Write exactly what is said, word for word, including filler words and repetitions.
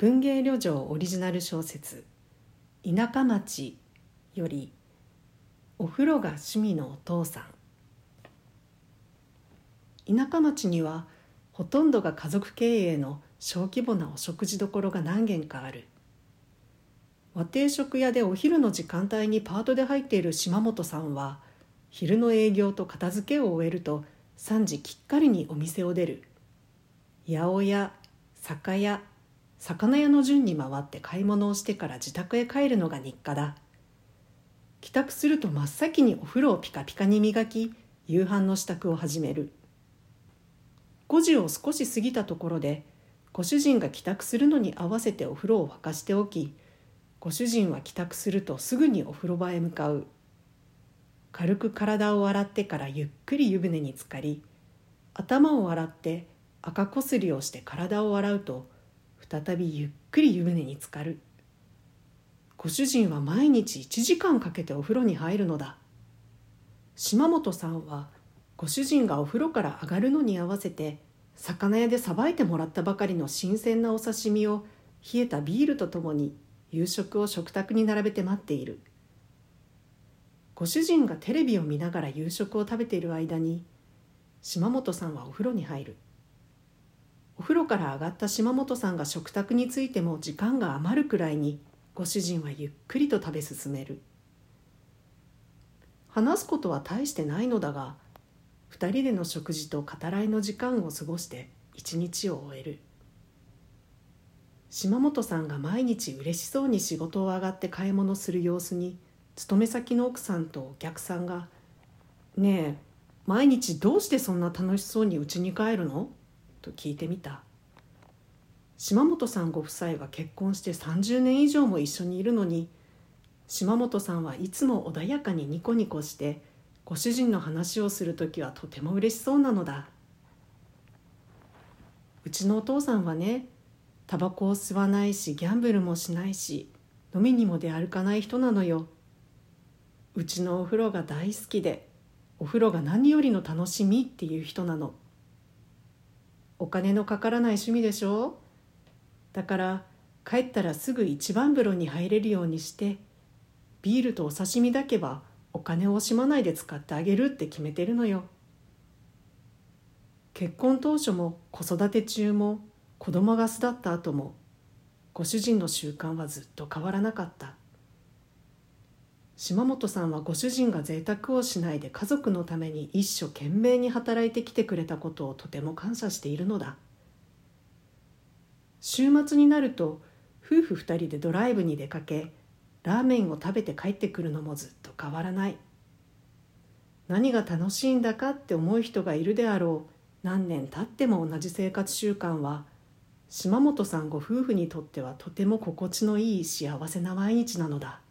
文芸旅情オリジナル小説田舎町よりお風呂が趣味のお父さん。田舎町にはほとんどが家族経営の小規模なお食事処が何軒かある。和定食屋でお昼の時間帯にパートで入っている島本さんは、昼の営業と片付けを終えるとさんじきっかりにお店を出る。八百屋、酒屋、魚屋の順に回って買い物をしてから自宅へ帰るのが日課だ。帰宅すると真っ先にお風呂をピカピカに磨き、夕飯の支度を始める。ごじを少し過ぎたところで、ご主人が帰宅するのに合わせてお風呂を沸かしておき、ご主人は帰宅するとすぐにお風呂場へ向かう。軽く体を洗ってからゆっくり湯船に浸かり、頭を洗って赤こすりをして体を洗うと、再びゆっくり湯船に浸かる。ご主人は毎日いちじかんかけてお風呂に入るのだ。島本さんはご主人がお風呂から上がるのに合わせて、魚屋でさばいてもらったばかりの新鮮なお刺身を冷えたビールとともに夕食を食卓に並べて待っている。ご主人がテレビを見ながら夕食を食べている間に、島本さんはお風呂に入る。お風呂から上がった島本さんが食卓についても時間が余るくらいに、ご主人はゆっくりと食べ進める。話すことは大してないのだが、二人での食事と語らいの時間を過ごして一日を終える。島本さんが毎日嬉しそうに仕事を上がって買い物する様子に、勤め先の奥さんとお客さんが「ねえ、毎日どうしてそんな楽しそうに家に帰るの？」と聞いてみた。島本さんご夫妻は結婚してさんじゅうねん以上も一緒にいるのに、島本さんはいつも穏やかにニコニコしてご主人の話をするときはとても嬉しそうなのだ。うちのお父さんはね、タバコを吸わないしギャンブルもしないし飲みにも出歩かない人なのよ。うちのお風呂が大好きで、お風呂が何よりの楽しみっていう人なの。お金のかからない趣味でしょ。だから帰ったらすぐ一番風呂に入れるようにして、ビールとお刺身だけはお金を惜しまないで使ってあげるって決めてるのよ。結婚当初も子育て中も子供が巣立った後も、ご主人の習慣はずっと変わらなかった。島本さんはご主人が贅沢をしないで家族のために一生懸命に働いてきてくれたことをとても感謝しているのだ。週末になると夫婦二人でドライブに出かけ、ラーメンを食べて帰ってくるのもずっと変わらない。何が楽しいんだかって思う人がいるであろう何年経っても同じ生活習慣は、島本さんご夫婦にとってはとても心地のいい幸せな毎日なのだ。